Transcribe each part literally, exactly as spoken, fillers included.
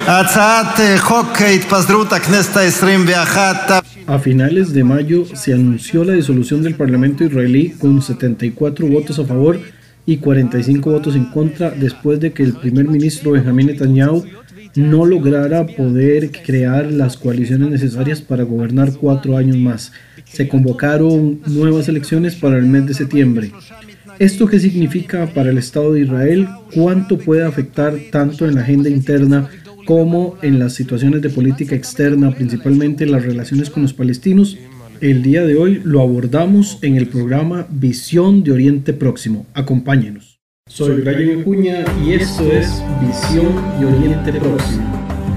A finales de mayo se anunció la disolución del Parlamento israelí con setenta y cuatro votos a favor y cuarenta y cinco votos en contra, después de que el primer ministro Benjamín Netanyahu no lograra poder crear las coaliciones necesarias para gobernar cuatro años más. Se convocaron nuevas elecciones para el mes de septiembre. ¿Esto qué significa para el Estado de Israel? ¿Cuánto puede afectar tanto en la agenda interna como en las situaciones de política externa, principalmente las relaciones con los palestinos? El día de hoy lo abordamos en el programa Visión de Oriente Próximo. Acompáñenos. Soy Brian Acuña y esto es Visión de Oriente Próximo.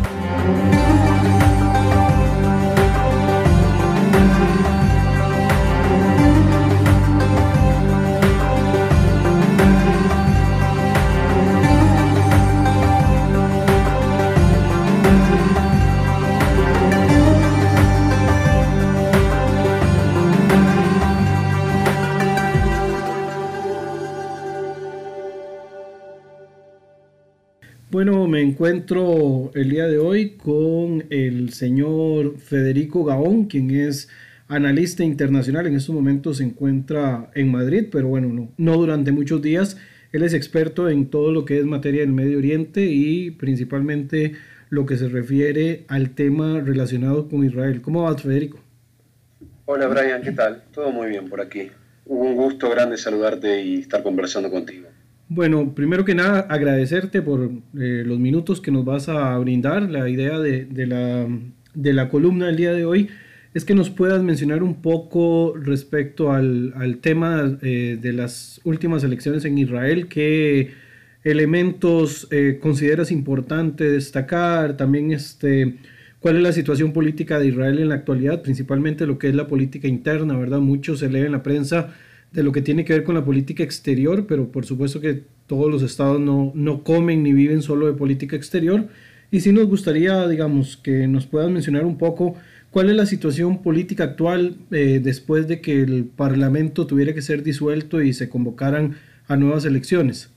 Bueno, me encuentro el día de hoy con el señor Federico Gaón, quien es analista internacional. En estos momentos se encuentra en Madrid, pero bueno, no, no durante muchos días. Él es experto en todo lo que es materia del Medio Oriente y principalmente lo que se refiere al tema relacionado con Israel. ¿Cómo vas, Federico? Hola, Brian, ¿qué tal? Todo muy bien por aquí. Un gusto grande saludarte y estar conversando contigo. Bueno, primero que nada, agradecerte por eh, los minutos que nos vas a brindar. La idea de, de, la, de la columna del día de hoy es que nos puedas mencionar un poco respecto al, al tema eh, de las últimas elecciones en Israel. ¿Qué elementos eh, consideras importante destacar? También este, ¿cuál es la situación política de Israel en la actualidad? Principalmente lo que es la política interna, ¿verdad? Mucho se lee en la prensa de lo que tiene que ver con la política exterior, pero por supuesto que todos los estados no, no comen ni viven solo de política exterior. Y sí nos gustaría, digamos, que nos puedas mencionar un poco cuál es la situación política actual eh, después de que el Parlamento tuviera que ser disuelto y se convocaran a nuevas elecciones.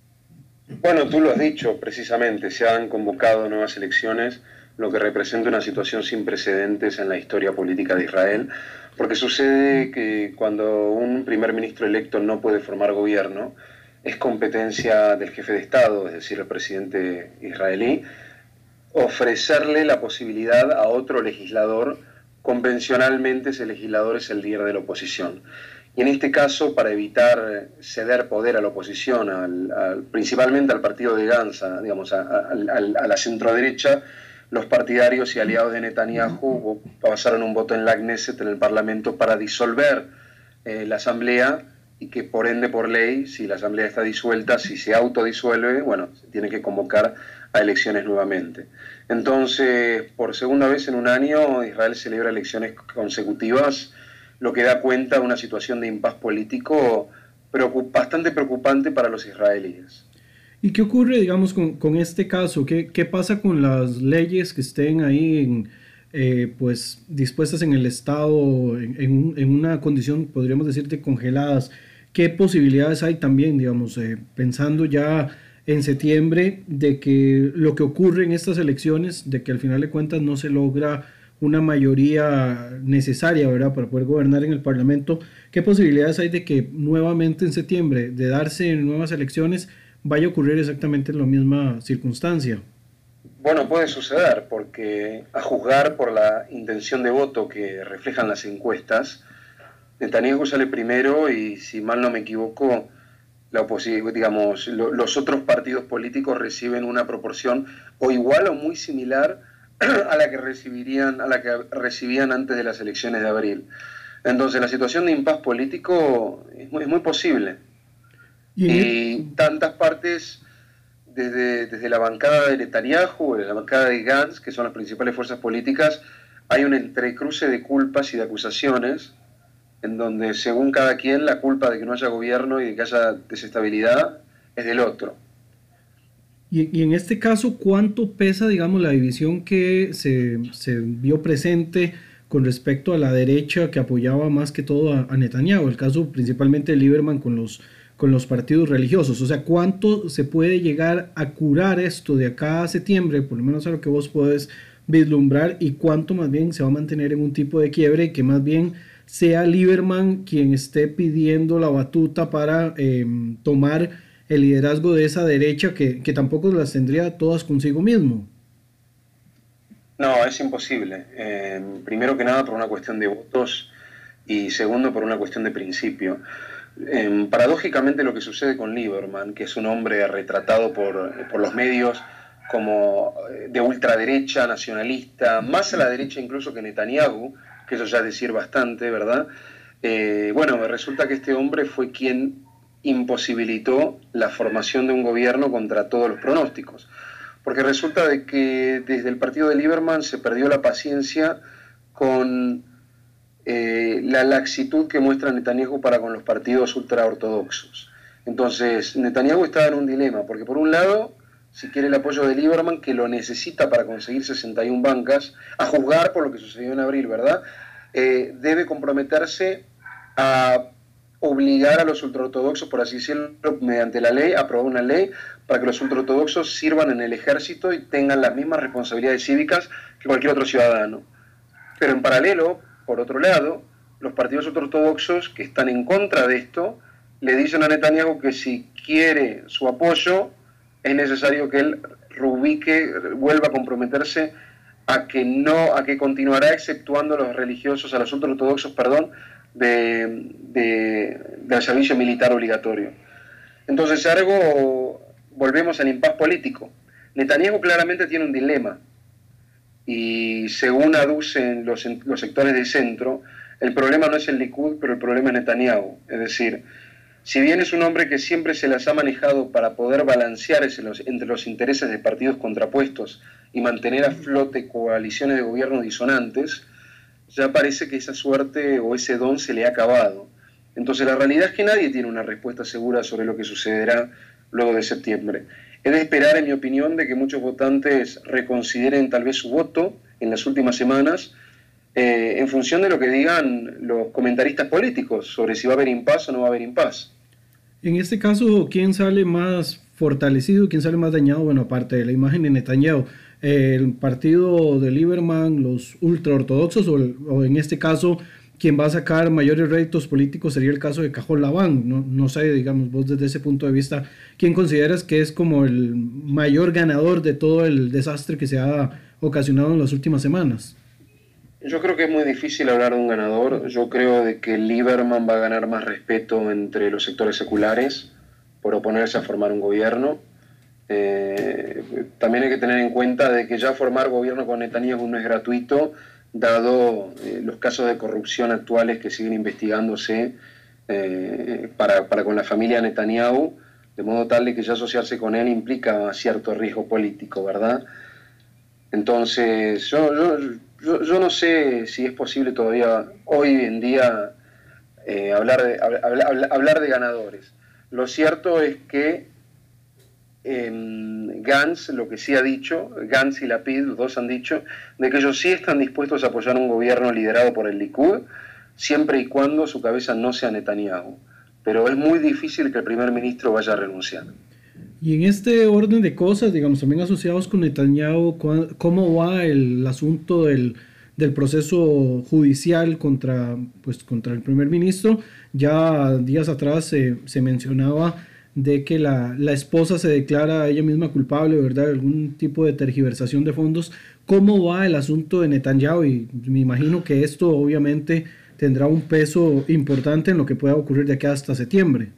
Bueno, tú lo has dicho precisamente, se han convocado nuevas elecciones, lo que representa una situación sin precedentes en la historia política de Israel, porque sucede que cuando un primer ministro electo no puede formar gobierno, es competencia del jefe de Estado, es decir, el presidente israelí, ofrecerle la posibilidad a otro legislador. Convencionalmente ese legislador es el líder de la oposición. Y en este caso, para evitar ceder poder a la oposición, al, al, principalmente al partido de Gantz, digamos, a, a, a, a la centroderecha, los partidarios y aliados de Netanyahu pasaron un voto en la Knesset, en el Parlamento, para disolver eh, la Asamblea, y que por ende, por ley, si la Asamblea está disuelta, si se autodisuelve, bueno, se tiene que convocar a elecciones nuevamente. Entonces, por segunda vez en un año, Israel celebra elecciones consecutivas, lo que da cuenta de una situación de impas político preocup- bastante preocupante para los israelíes. ¿Y qué ocurre, digamos, con, con este caso? ¿Qué, qué pasa con las leyes que estén ahí en, eh, pues, dispuestas en el Estado, en, en, en una condición, podríamos decirte, congeladas? ¿Qué posibilidades hay también, digamos, eh, pensando ya en septiembre, de que lo que ocurre en estas elecciones, de que al final de cuentas no se logra una mayoría necesaria, ¿verdad?, para poder gobernar en el Parlamento? ¿Qué posibilidades hay de que nuevamente en septiembre, de darse nuevas elecciones, vaya a ocurrir exactamente la misma circunstancia? Bueno, puede suceder, porque a juzgar por la intención de voto que reflejan las encuestas, Netanyahu sale primero y, si mal no me equivoco, la oposición, digamos, lo, los otros partidos políticos reciben una proporción o igual o muy similar a la que recibirían, a la que recibían antes de las elecciones de abril. Entonces, la situación de impas político es muy, es muy posible. Y, y tantas partes, desde, desde la bancada de Netanyahu, desde la bancada de Gantz, que son las principales fuerzas políticas, hay un entrecruce de culpas y de acusaciones, en donde, según cada quien, la culpa de que no haya gobierno y de que haya desestabilidad es del otro. Y, y en este caso, ¿cuánto pesa, digamos, la división que se, se vio presente con respecto a la derecha, que apoyaba más que todo a, a Netanyahu? El caso principalmente de Lieberman con los con los partidos religiosos. O sea, ¿cuánto se puede llegar a curar esto de acá a septiembre, por lo menos a lo que vos podés vislumbrar, y cuánto más bien se va a mantener en un tipo de quiebre y que más bien sea Lieberman quien esté pidiendo la batuta para eh, tomar el liderazgo de esa derecha que, que tampoco las tendría todas consigo mismo? No, es imposible. Eh, primero que nada por una cuestión de votos y segundo por una cuestión de principio. Eh, paradójicamente lo que sucede con Lieberman, que es un hombre retratado por, por los medios como de ultraderecha, nacionalista, más a la derecha incluso que Netanyahu, que eso ya es decir bastante, ¿verdad? Eh, bueno, resulta que este hombre fue quien imposibilitó la formación de un gobierno contra todos los pronósticos. Porque resulta de que desde el partido de Lieberman se perdió la paciencia con eh, la laxitud que muestra Netanyahu para con los partidos ultraortodoxos. Entonces, Netanyahu estaba en un dilema, porque por un lado, si quiere el apoyo de Lieberman, que lo necesita para conseguir sesenta y una bancas, a juzgar por lo que sucedió en abril, ¿verdad? Eh, debe comprometerse a obligar a los ultraortodoxos, por así decirlo, mediante la ley, a aprobar una ley para que los ultraortodoxos sirvan en el ejército y tengan las mismas responsabilidades cívicas que cualquier otro ciudadano. Pero en paralelo, por otro lado, los partidos ultraortodoxos que están en contra de esto le dicen a Netanyahu que si quiere su apoyo es necesario que él rubrique, vuelva a comprometerse a que no, a que continuará exceptuando a los religiosos, a los ultraortodoxos, perdón, de, de, del servicio militar obligatorio. Entonces, algo, volvemos al impas político. Netanyahu claramente tiene un dilema y según aducen los, los sectores de centro, el problema no es el Likud, pero el problema es Netanyahu. Es decir, si bien es un hombre que siempre se las ha manejado para poder balancear entre los intereses de partidos contrapuestos y mantener a flote coaliciones de gobierno disonantes, ya parece que esa suerte o ese don se le ha acabado. Entonces la realidad es que nadie tiene una respuesta segura sobre lo que sucederá luego de septiembre. Es de esperar, en mi opinión, de que muchos votantes reconsideren tal vez su voto en las últimas semanas eh, en función de lo que digan los comentaristas políticos sobre si va a haber impas o no va a haber impas. En este caso, ¿quién sale más fortalecido, quién sale más dañado? Bueno, aparte de la imagen de Netanyahu, el partido de Lieberman, los ultraortodoxos, o, o en este caso, quien va a sacar mayores réditos políticos sería el caso de Cajol Labán. No, no sé, digamos, vos desde ese punto de vista, ¿quién consideras que es como el mayor ganador de todo el desastre que se ha ocasionado en las últimas semanas? Yo creo que es muy difícil hablar de un ganador. Yo creo de que Lieberman va a ganar más respeto entre los sectores seculares por oponerse a formar un gobierno. Eh, también hay que tener en cuenta de que ya formar gobierno con Netanyahu no es gratuito, dado eh, los casos de corrupción actuales que siguen investigándose eh, para, para con la familia Netanyahu, de modo tal de que ya asociarse con él implica cierto riesgo político, ¿verdad? Entonces, yo, yo, yo, yo no sé si es posible todavía hoy en día eh, hablar, de, hablar, hablar de ganadores. Lo cierto es que eh, Gantz, lo que sí ha dicho, Gantz y Lapid, los dos han dicho, de que ellos sí están dispuestos a apoyar un gobierno liderado por el Likud, siempre y cuando su cabeza no sea Netanyahu. Pero es muy difícil que el primer ministro vaya a renunciar. Y en este orden de cosas, digamos, también asociados con Netanyahu, ¿cómo va el asunto del, del proceso judicial contra, pues, contra el primer ministro? Ya días atrás se, se mencionaba de que la, la esposa se declara ella misma culpable, ¿verdad?, de algún tipo de tergiversación de fondos. ¿Cómo va el asunto de Netanyahu? Y me imagino que esto obviamente tendrá un peso importante en lo que pueda ocurrir de aquí hasta septiembre.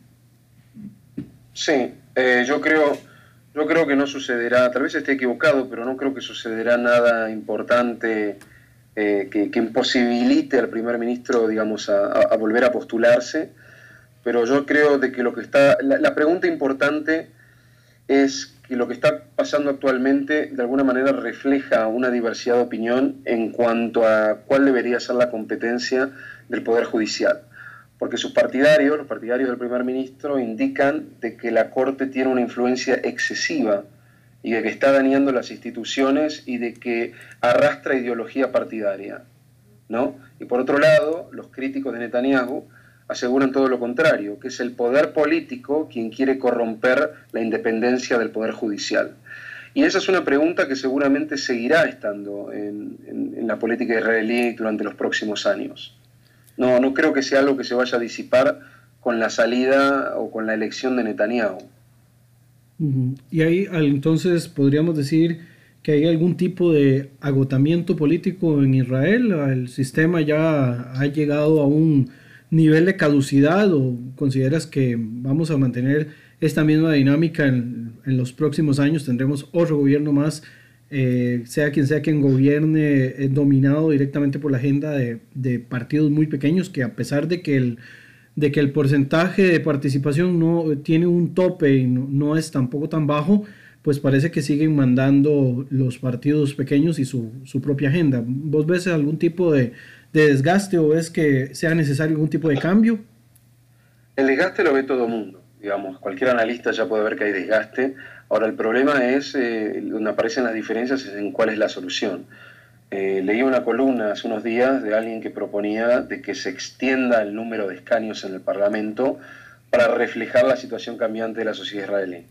Sí, eh, yo creo, yo creo que no sucederá, tal vez esté equivocado, pero no creo que sucederá nada importante eh, que, que imposibilite al primer ministro, digamos, a, a volver a postularse. Pero yo creo de que lo que está, la, la pregunta importante es que lo que está pasando actualmente de alguna manera refleja una diversidad de opinión en cuanto a cuál debería ser la competencia del Poder Judicial. Porque sus partidarios, los partidarios del primer ministro, indican de que la Corte tiene una influencia excesiva y de que está dañando las instituciones y de que arrastra ideología partidaria, ¿no? Y por otro lado, los críticos de Netanyahu aseguran todo lo contrario, que es el poder político quien quiere corromper la independencia del poder judicial. Y esa es una pregunta que seguramente seguirá estando en, en, en la política israelí durante los próximos años. No, no creo que sea algo que se vaya a disipar con la salida o con la elección de Netanyahu. Uh-huh. Y ahí entonces podríamos decir que hay algún tipo de agotamiento político en Israel. ¿El sistema ya ha llegado a un nivel de caducidad o consideras que vamos a mantener esta misma dinámica en, en los próximos años? ¿Tendremos otro gobierno más, eh, sea quien sea quien gobierne, eh, dominado directamente por la agenda de, de partidos muy pequeños, que a pesar de que el de que el porcentaje de participación no tiene un tope y no, no es tampoco tan bajo, pues parece que siguen mandando los partidos pequeños y su, su propia agenda? ¿Vos ves algún tipo de, de desgaste o ves que sea necesario algún tipo de cambio? El desgaste lo ve todo el mundo, digamos, cualquier analista ya puede ver que hay desgaste. Ahora el problema es, eh, donde aparecen las diferencias, es en cuál es la solución. Eh, leí una columna hace unos días de alguien que proponía de que se extienda el número de escaños en el Parlamento para reflejar la situación cambiante de la sociedad israelí.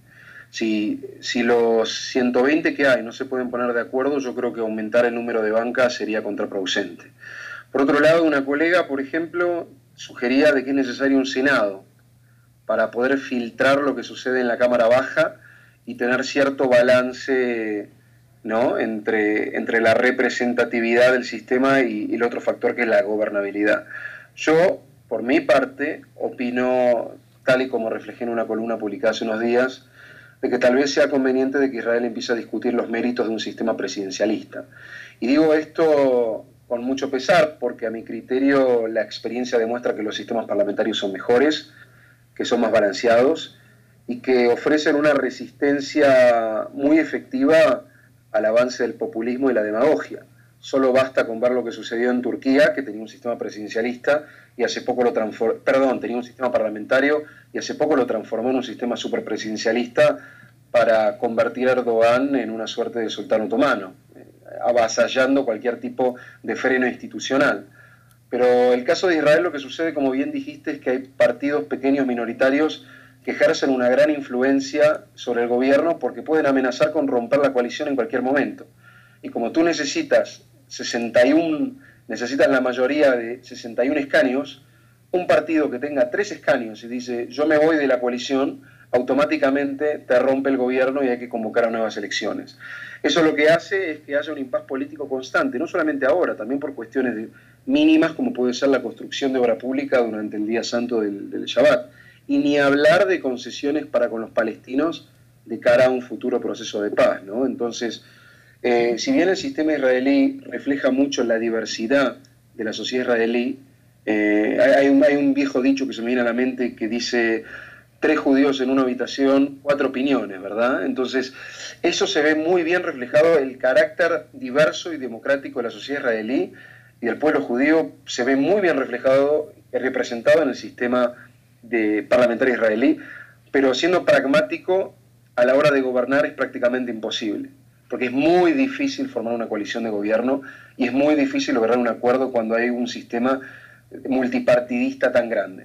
Si, si los ciento veinte que hay no se pueden poner de acuerdo, yo creo que aumentar el número de bancas sería contraproducente. Por otro lado, una colega, por ejemplo, sugería de que es necesario un Senado para poder filtrar lo que sucede en la Cámara Baja y tener cierto balance, ¿no?, entre, entre la representatividad del sistema y, y el otro factor que es la gobernabilidad. Yo, por mi parte, opino, tal y como reflejé en una columna publicada hace unos días, de que tal vez sea conveniente de que Israel empiece a discutir los méritos de un sistema presidencialista. Y digo esto con mucho pesar, porque a mi criterio la experiencia demuestra que los sistemas parlamentarios son mejores, que son más balanceados y que ofrecen una resistencia muy efectiva al avance del populismo y la demagogia. Solo basta con ver lo que sucedió en Turquía, que tenía un sistema presidencialista y hace poco lo transformó, perdón, tenía un sistema parlamentario y hace poco lo transformó en un sistema superpresidencialista para convertir a Erdogan en una suerte de sultán otomano, eh, avasallando cualquier tipo de freno institucional. Pero el caso de Israel, lo que sucede, como bien dijiste, es que hay partidos pequeños minoritarios que ejercen una gran influencia sobre el gobierno porque pueden amenazar con romper la coalición en cualquier momento. Y como tú necesitas sesenta y uno, necesitas la mayoría de sesenta y uno escaños, un partido que tenga tres escaños y dice yo me voy de la coalición, automáticamente te rompe el gobierno y hay que convocar a nuevas elecciones. Eso lo que hace es que haya un impas político constante, no solamente ahora, también por cuestiones de, mínimas como puede ser la construcción de obra pública durante el día santo del, del Shabbat. Y ni hablar de concesiones para con los palestinos de cara a un futuro proceso de paz, ¿no? Entonces, eh, si bien el sistema israelí refleja mucho la diversidad de la sociedad israelí, eh, hay, un, hay un viejo dicho que se me viene a la mente que dice tres judíos en una habitación, cuatro opiniones, ¿verdad? Entonces, eso se ve muy bien reflejado, el carácter diverso y democrático de la sociedad israelí y del pueblo judío se ve muy bien reflejado y representado en el sistema de parlamentario israelí, pero siendo pragmático, a la hora de gobernar es prácticamente imposible, porque es muy difícil formar una coalición de gobierno y es muy difícil lograr un acuerdo cuando hay un sistema multipartidista tan grande.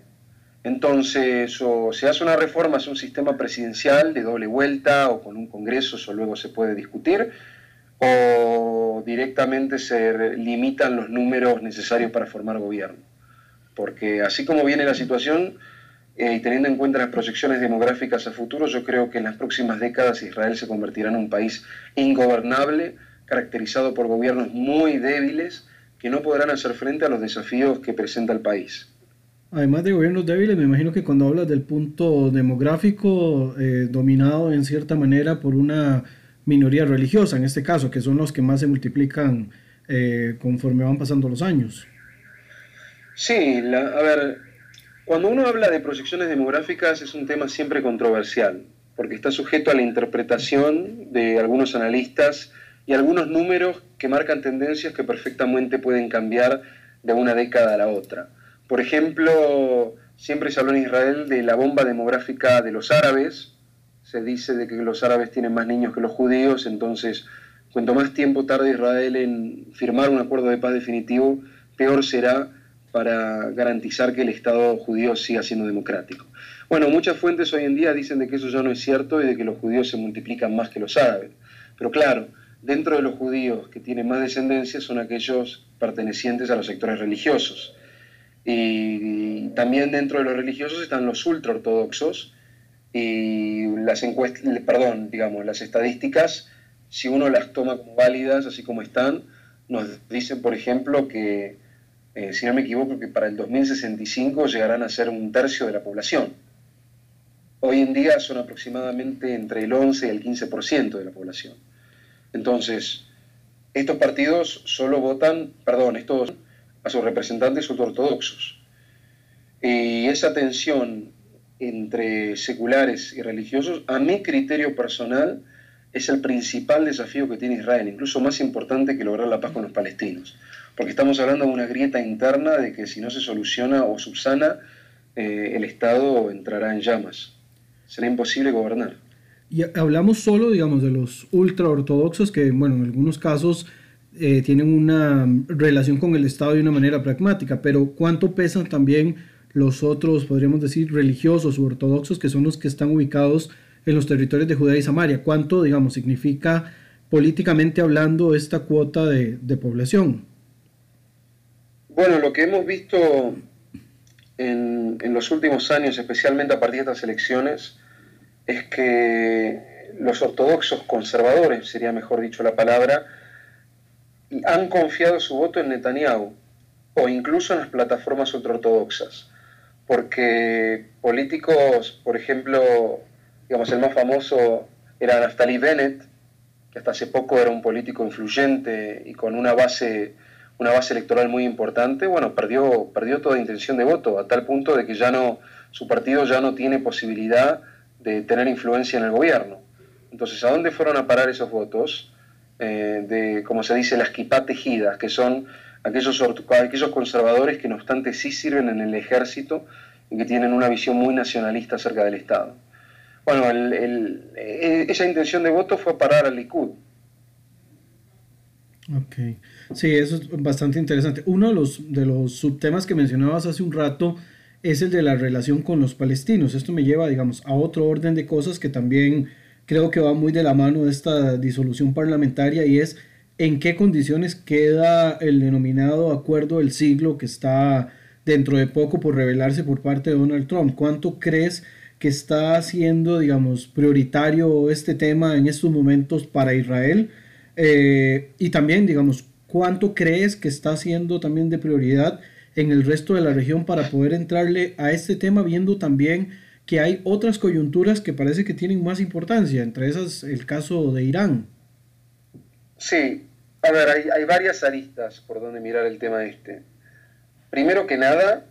Entonces, o se hace una reforma hacia un sistema presidencial de doble vuelta o con un congreso, eso luego se puede discutir, o directamente se limitan los números necesarios para formar gobierno. Porque así como viene la situación, eh, y teniendo en cuenta las proyecciones demográficas a futuro, yo creo que en las próximas décadas Israel se convertirá en un país ingobernable, caracterizado por gobiernos muy débiles que no podrán hacer frente a los desafíos que presenta el país. Además de gobiernos débiles, me imagino que cuando hablas del punto demográfico, eh, dominado en cierta manera por una minoría religiosa, en este caso, que son los que más se multiplican eh, conforme van pasando los años. Sí, la, a ver, cuando uno habla de proyecciones demográficas es un tema siempre controversial, porque está sujeto a la interpretación de algunos analistas y algunos números que marcan tendencias que perfectamente pueden cambiar de una década a la otra. Por ejemplo, siempre se habló en Israel de la bomba demográfica de los árabes. Se dice de que los árabes tienen más niños que los judíos, entonces cuanto más tiempo tarde Israel en firmar un acuerdo de paz definitivo, peor será para garantizar que el Estado judío siga siendo democrático. Bueno, muchas fuentes hoy en día dicen de que eso ya no es cierto y de que los judíos se multiplican más que los árabes. Pero claro, dentro de los judíos que tienen más descendencia son aquellos pertenecientes a los sectores religiosos. Y también dentro de los religiosos están los ultraortodoxos y las encuestas, perdón, digamos, las estadísticas, si uno las toma como válidas, así como están, nos dicen, por ejemplo, que, eh, si no me equivoco, que para el dos mil sesenta y cinco llegarán a ser un tercio de la población. Hoy en día son aproximadamente entre el once y el quince por ciento de la población. Entonces, estos partidos solo votan, perdón, estos a sus representantes ultraortodoxos. Y esa tensión entre seculares y religiosos, a mi criterio personal, es el principal desafío que tiene Israel, incluso más importante que lograr la paz con los palestinos. Porque estamos hablando de una grieta interna de que si no se soluciona o subsana, eh, el Estado entrará en llamas. Será imposible gobernar. Y hablamos solo, digamos, de los ultraortodoxos que, bueno, en algunos casos eh, tienen una relación con el Estado de una manera pragmática, pero ¿cuánto pesan también los otros, podríamos decir, religiosos u ortodoxos, que son los que están ubicados en los territorios de Judea y Samaria? ¿Cuánto, digamos, significa políticamente hablando esta cuota de, de población? Bueno, lo que hemos visto en, en los últimos años, especialmente a partir de estas elecciones, es que los ortodoxos conservadores, sería mejor dicho la palabra, han confiado su voto en Netanyahu o incluso en las plataformas ultraortodoxas, porque políticos, por ejemplo, digamos el más famoso era Naftali Bennett, que hasta hace poco era un político influyente y con una base, una base electoral muy importante, bueno, perdió, perdió toda intención de voto, a tal punto de que ya no, su partido ya no tiene posibilidad de tener influencia en el gobierno. Entonces, ¿a dónde fueron a parar esos votos? Eh, de, como se dice, las kipá tejidas, que son aquellos, aquellos conservadores que no obstante sí sirven en el ejército y que tienen una visión muy nacionalista acerca del Estado. Bueno, el, el, esa intención de voto fue a parar al Likud. Ok, sí, eso es bastante interesante. Uno de los, de los subtemas que mencionabas hace un rato es el de la relación con los palestinos. Esto me lleva, digamos, a otro orden de cosas que también creo que va muy de la mano de esta disolución parlamentaria, y es en qué condiciones queda el denominado acuerdo del siglo que está dentro de poco por revelarse por parte de Donald Trump. ¿Cuánto crees que está siendo, digamos, prioritario este tema en estos momentos para Israel? Eh, y también, digamos, ¿cuánto crees que está siendo también de prioridad en el resto de la región para poder entrarle a este tema, viendo también que hay otras coyunturas que parece que tienen más importancia, entre esas el caso de Irán? Sí, a ver, hay, hay varias aristas por donde mirar el tema este. Primero que nada,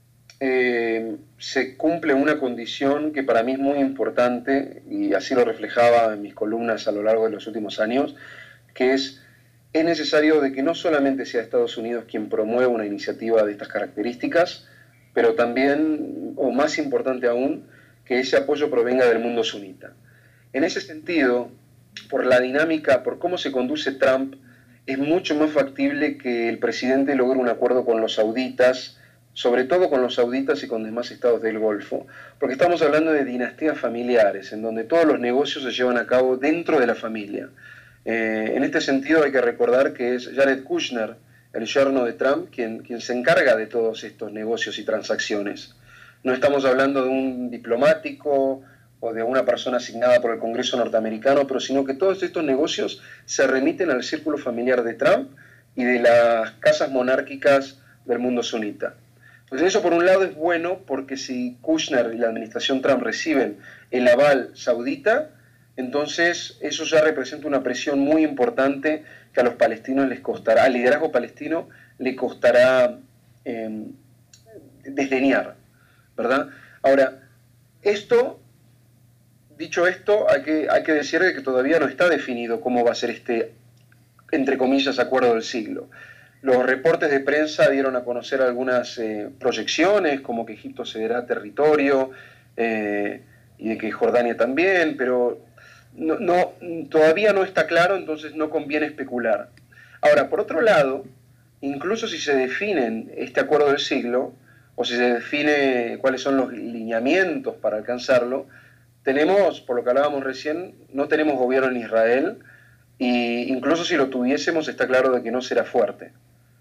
eh, se cumple una condición que para mí es muy importante, y así lo reflejaba en mis columnas a lo largo de los últimos años, que es, es necesario de que no solamente sea Estados Unidos quien promueva una iniciativa de estas características, pero también, o más importante aún, que ese apoyo provenga del mundo sunita. En ese sentido, por la dinámica, por cómo se conduce Trump, es mucho más factible que el presidente logre un acuerdo con los sauditas, sobre todo con los sauditas y con demás estados del Golfo, porque estamos hablando de dinastías familiares, en donde todos los negocios se llevan a cabo dentro de la familia. Eh, en este sentido hay que recordar que es Jared Kushner, el yerno de Trump, quien, quien se encarga de todos estos negocios y transacciones. No estamos hablando de un diplomático o de una persona asignada por el Congreso norteamericano, pero sino que todos estos negocios se remiten al círculo familiar de Trump y de las casas monárquicas del mundo sunita. Pues eso por un lado es bueno, porque si Kushner y la administración Trump reciben el aval saudita, entonces eso ya representa una presión muy importante que a los palestinos les costará, al liderazgo palestino le costará eh, desdeñar, ¿verdad? Ahora, esto, dicho esto, hay que, hay que decir que todavía no está definido cómo va a ser este, entre comillas, acuerdo del siglo. Los reportes de prensa dieron a conocer algunas eh, proyecciones, como que Egipto cederá territorio eh, y de que Jordania también, pero no, no, todavía no está claro, entonces no conviene especular. Ahora, por otro lado, incluso si se definen este acuerdo del siglo, o si se define cuáles son los lineamientos para alcanzarlo, tenemos, por lo que hablábamos recién, no tenemos gobierno en Israel, e incluso si lo tuviésemos está claro de que no será fuerte.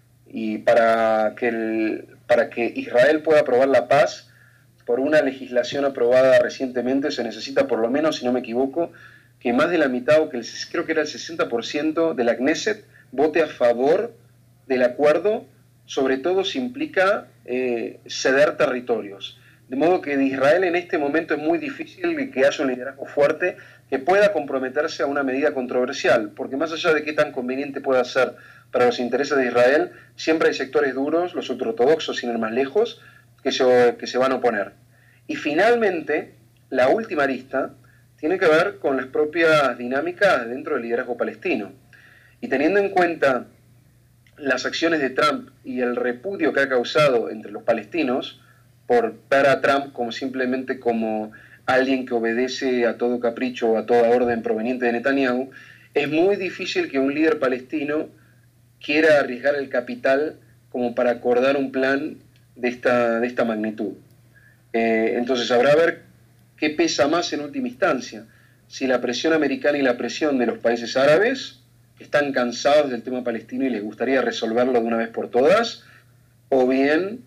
Y para que, el, para que Israel pueda aprobar la paz, por una legislación aprobada recientemente, se necesita por lo menos, si no me equivoco, que más de la mitad, o que el, creo que era el sesenta por ciento de la Knesset, vote a favor del acuerdo, sobre todo si implica eh, ceder territorios. De modo que de Israel en este momento es muy difícil que haya un liderazgo fuerte que pueda comprometerse a una medida controversial, porque más allá de qué tan conveniente pueda ser para los intereses de Israel, siempre hay sectores duros, los ultraortodoxos sin ir más lejos, que se, que se van a oponer. Y finalmente, la última arista tiene que ver con las propias dinámicas dentro del liderazgo palestino. Y teniendo en cuenta las acciones de Trump y el repudio que ha causado entre los palestinos por ver a Trump como simplemente como alguien que obedece a todo capricho o a toda orden proveniente de Netanyahu, es muy difícil que un líder palestino quiera arriesgar el capital como para acordar un plan de esta, de esta magnitud. Eh, entonces habrá que ver qué pesa más en última instancia, si la presión americana y la presión de los países árabes, que están cansados del tema palestino y les gustaría resolverlo de una vez por todas, o bien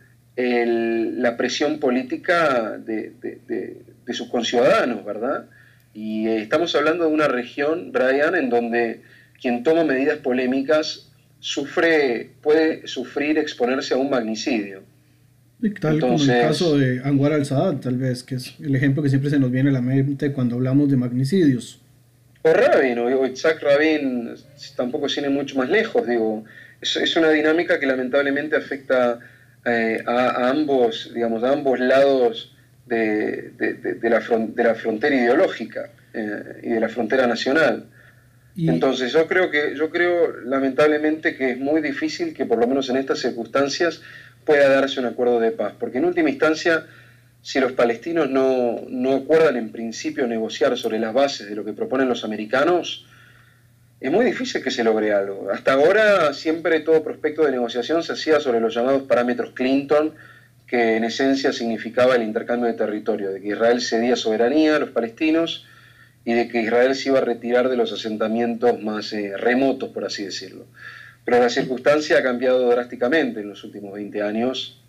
el, la presión política de, de, de, de sus conciudadanos, ¿verdad? Y eh, estamos hablando de una región, Brian, en donde quien toma medidas polémicas sufre, puede sufrir exponerse a un magnicidio. Y tal Entonces, como el caso de Anwar al-Sadat, tal vez, que es el ejemplo que siempre se nos viene a la mente cuando hablamos de magnicidios. O Rabin, o, o Itzhak Rabin, tampoco tiene mucho más lejos, digo. Es, es una dinámica que lamentablemente afecta eh, a, a ambos, digamos, a ambos lados de, de, de, de, la, front, de la frontera ideológica eh, y de la frontera nacional. Y... Entonces yo creo que, yo creo lamentablemente que es muy difícil que por lo menos en estas circunstancias pueda darse un acuerdo de paz, porque en última instancia, si los palestinos no, no acuerdan en principio negociar sobre las bases de lo que proponen los americanos, es muy difícil que se logre algo. Hasta ahora siempre todo prospecto de negociación se hacía sobre los llamados parámetros Clinton, que en esencia significaba el intercambio de territorio, de que Israel cedía soberanía a los palestinos y de que Israel se iba a retirar de los asentamientos más eh, remotos, por así decirlo. Pero la circunstancia ha cambiado drásticamente en los últimos veinte años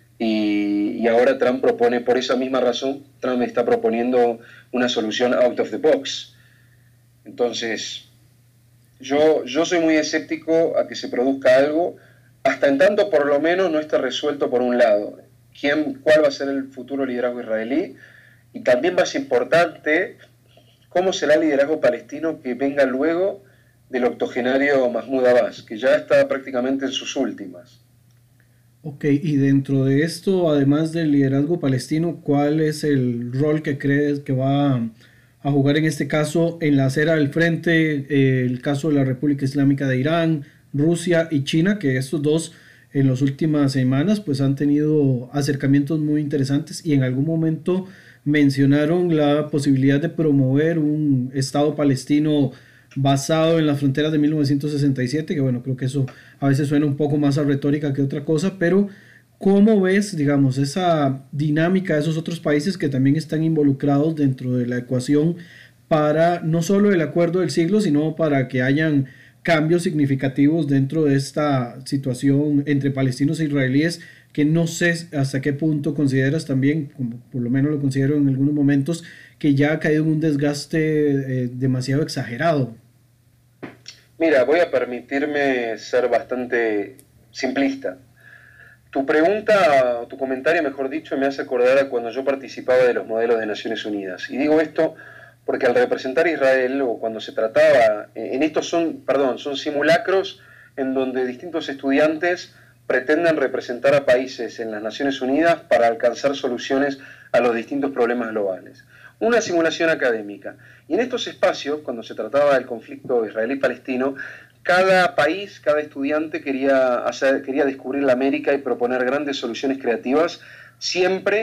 y, y ahora Trump propone, por esa misma razón, Trump está proponiendo una solución out of the box. Entonces, yo, yo soy muy escéptico a que se produzca algo, hasta en tanto por lo menos no está resuelto por un lado. ¿Quién, cuál va a ser el futuro liderazgo israelí? Y también más importante, ¿cómo será el liderazgo palestino que venga luego del octogenario Mahmoud Abbas, que ya está prácticamente en sus últimas? Ok, y dentro de esto, además del liderazgo palestino, ¿cuál es el rol que crees que va a jugar en este caso en la acera del frente, eh, el caso de la República Islámica de Irán, Rusia y China, que estos dos en las últimas semanas pues han tenido acercamientos muy interesantes y en algún momento mencionaron la posibilidad de promover un Estado palestino basado en las fronteras de mil novecientos sesenta y siete, que bueno, creo que eso a veces suena un poco más a retórica que otra cosa, pero ¿cómo ves, digamos, esa dinámica de esos otros países que también están involucrados dentro de la ecuación para no solo el acuerdo del siglo, sino para que hayan cambios significativos dentro de esta situación entre palestinos e israelíes, que no sé hasta qué punto consideras también, como por lo menos lo considero en algunos momentos, que ya ha caído en un desgaste eh, demasiado exagerado? Mira, voy a permitirme ser bastante simplista. Tu pregunta, o tu comentario, mejor dicho, me hace acordar a cuando yo participaba de los modelos de Naciones Unidas. Y digo esto porque al representar a Israel, o cuando se trataba, en estos son, perdón, son simulacros en donde distintos estudiantes pretenden representar a países en las Naciones Unidas para alcanzar soluciones a los distintos problemas globales. Una simulación académica. Y en estos espacios, cuando se trataba del conflicto israelí-palestino, cada país, cada estudiante quería, hacer, quería descubrir la América y proponer grandes soluciones creativas, siempre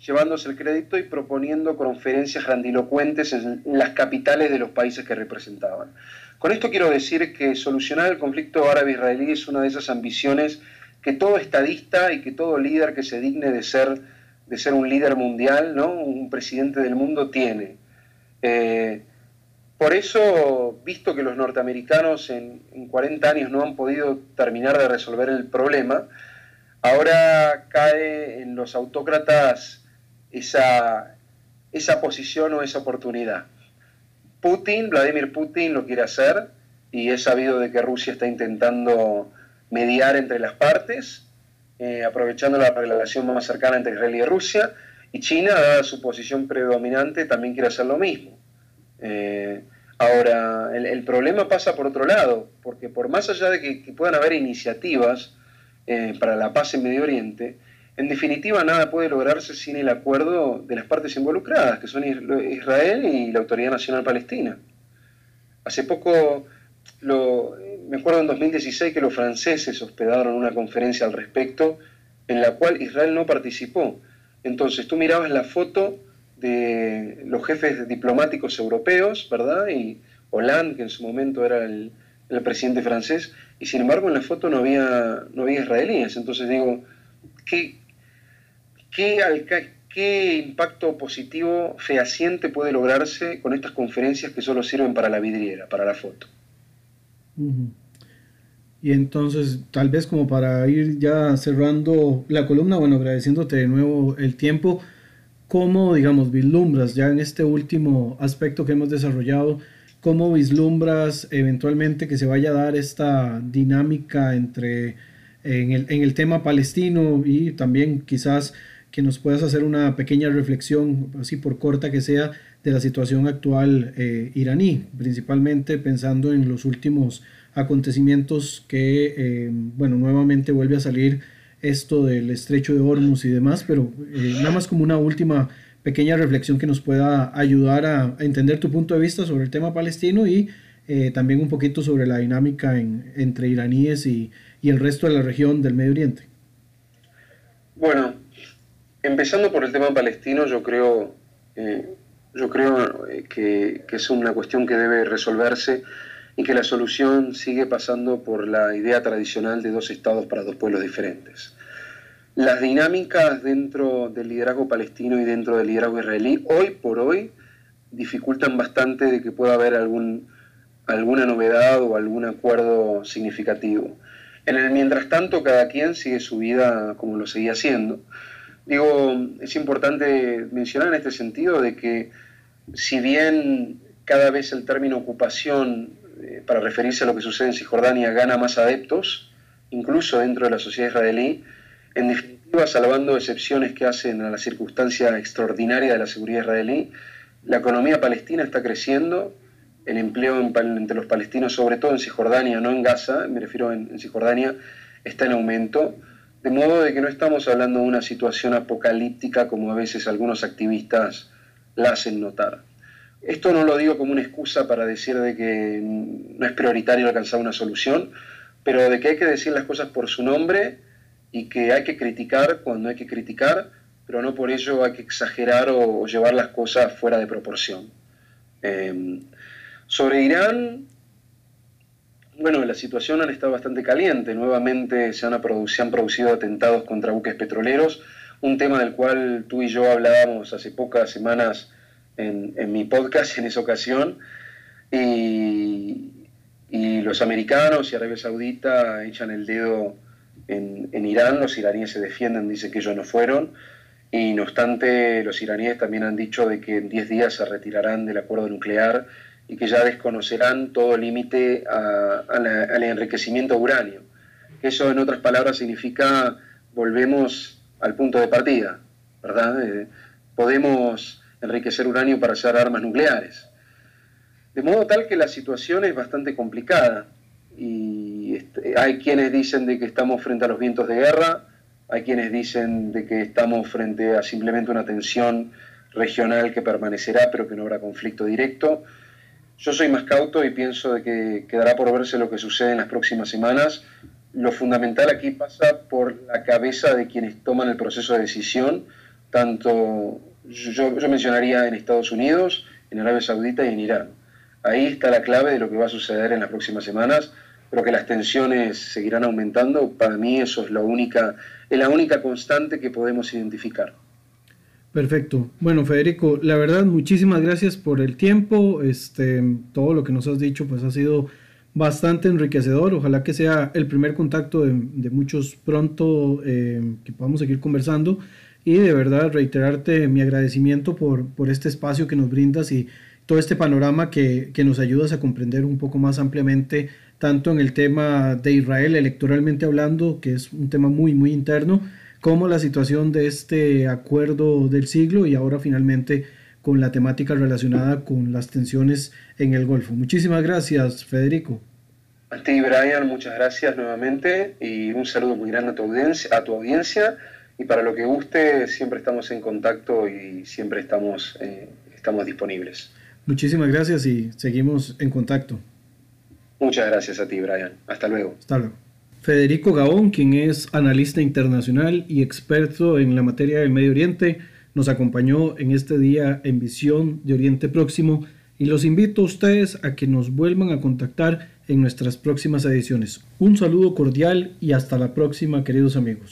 llevándose el crédito y proponiendo conferencias grandilocuentes en, en las capitales de los países que representaban. Con esto quiero decir que solucionar el conflicto árabe-israelí es una de esas ambiciones que todo estadista y que todo líder que se digne de ser, de ser un líder mundial, ¿no? Un presidente del mundo tiene. Eh, por eso, visto que los norteamericanos en, en cuarenta años no han podido terminar de resolver el problema, ahora cae en los autócratas esa, esa posición o esa oportunidad. Putin, Vladimir Putin lo quiere hacer y es sabido de que Rusia está intentando mediar entre las partes, eh, aprovechando la relación más cercana entre Israel y Rusia, y China, dada su posición predominante, también quiere hacer lo mismo. Eh, ahora, el, el problema pasa por otro lado, porque por más allá de que, que puedan haber iniciativas eh, para la paz en Medio Oriente, en definitiva nada puede lograrse sin el acuerdo de las partes involucradas, que son Israel y la Autoridad Nacional Palestina. Hace poco, lo, me acuerdo en dos mil dieciséis que los franceses hospedaron una conferencia al respecto, en la cual Israel no participó. Entonces tú mirabas la foto de los jefes diplomáticos europeos, ¿verdad? Y Hollande, que en su momento era el, el presidente francés, y sin embargo en la foto no había, no había israelíes. Entonces digo, ¿qué, qué, qué impacto positivo fehaciente puede lograrse con estas conferencias que solo sirven para la vidriera, para la foto? Uh-huh. Y entonces, tal vez como para ir ya cerrando la columna, bueno, agradeciéndote de nuevo el tiempo, ¿cómo, digamos, vislumbras ya en este último aspecto que hemos desarrollado, cómo vislumbras eventualmente que se vaya a dar esta dinámica entre en el, en el tema palestino y también quizás que nos puedas hacer una pequeña reflexión, así por corta que sea, de la situación actual eh, iraní, principalmente pensando en los últimos acontecimientos que, eh, bueno, nuevamente vuelve a salir esto del estrecho de Hormuz y demás, pero eh, nada más como una última pequeña reflexión que nos pueda ayudar a, a entender tu punto de vista sobre el tema palestino y eh, también un poquito sobre la dinámica en, entre iraníes y, y el resto de la región del Medio Oriente. Bueno, empezando por el tema palestino, yo creo, eh, yo creo que, que es una cuestión que debe resolverse y que la solución sigue pasando por la idea tradicional de dos estados para dos pueblos diferentes. Las dinámicas dentro del liderazgo palestino y dentro del liderazgo israelí, hoy por hoy, dificultan bastante de que pueda haber algún, alguna novedad o algún acuerdo significativo. En el mientras tanto, cada quien sigue su vida como lo seguía haciendo. Digo, es importante mencionar en este sentido de que si bien cada vez el término ocupación eh, para referirse a lo que sucede en Cisjordania gana más adeptos, incluso dentro de la sociedad israelí, en definitiva, salvando excepciones que hacen a la circunstancia extraordinaria de la seguridad israelí, la economía palestina está creciendo, el empleo en, entre los palestinos, sobre todo en Cisjordania, no en Gaza, me refiero en, en Cisjordania, está en aumento, de modo de que no estamos hablando de una situación apocalíptica como a veces algunos activistas la hacen notar. Esto no lo digo como una excusa para decir de que no es prioritario alcanzar una solución, pero de que hay que decir las cosas por su nombre y que hay que criticar cuando hay que criticar, pero no por ello hay que exagerar o, o llevar las cosas fuera de proporción. Eh, sobre Irán, bueno, la situación ha estado bastante caliente. Nuevamente se han, se han producido atentados contra buques petroleros, un tema del cual tú y yo hablábamos hace pocas semanas en, en mi podcast en esa ocasión. Y, y los americanos y Arabia Saudita echan el dedo en, en Irán, los iraníes se defienden, dicen que ellos no fueron. Y no obstante, los iraníes también han dicho de que en diez días se retirarán del acuerdo nuclear y que ya desconocerán todo límite al enriquecimiento de uranio. Eso, en otras palabras, significa volvemos al punto de partida, ¿verdad? Eh, podemos enriquecer uranio para hacer armas nucleares. De modo tal que la situación es bastante complicada y este, hay quienes dicen de que estamos frente a los vientos de guerra, hay quienes dicen de que estamos frente a simplemente una tensión regional que permanecerá pero que no habrá conflicto directo. Yo soy más cauto y pienso de que quedará por verse lo que sucede en las próximas semanas. Lo fundamental aquí pasa por la cabeza de quienes toman el proceso de decisión, tanto yo, yo mencionaría en Estados Unidos, en Arabia Saudita y en Irán. Ahí está la clave de lo que va a suceder en las próximas semanas, pero que las tensiones seguirán aumentando. Para mí eso es la única, es la única constante que podemos identificar. Perfecto. Bueno, Federico, la verdad, muchísimas gracias por el tiempo. Este, todo lo que nos has dicho pues ha sido bastante enriquecedor. Ojalá que sea el primer contacto de, de muchos pronto, eh, que podamos seguir conversando. Y de verdad reiterarte mi agradecimiento por, por este espacio que nos brindas y todo este panorama que, que nos ayudas a comprender un poco más ampliamente, tanto en el tema de Israel electoralmente hablando, que es un tema muy, muy interno, como la situación de este acuerdo del siglo y ahora finalmente con la temática relacionada con las tensiones en el Golfo. Muchísimas gracias, Federico. A ti, Brian, muchas gracias nuevamente y un saludo muy grande a tu audiencia, a tu audiencia y para lo que guste siempre estamos en contacto y siempre estamos, eh, estamos disponibles. Muchísimas gracias y seguimos en contacto. Muchas gracias a ti, Brian. Hasta luego. Hasta luego. Federico Gaón, quien es analista internacional y experto en la materia del Medio Oriente, nos acompañó en este día en Visión de Oriente Próximo y los invito a ustedes a que nos vuelvan a contactar en nuestras próximas ediciones. Un saludo cordial y hasta la próxima, queridos amigos.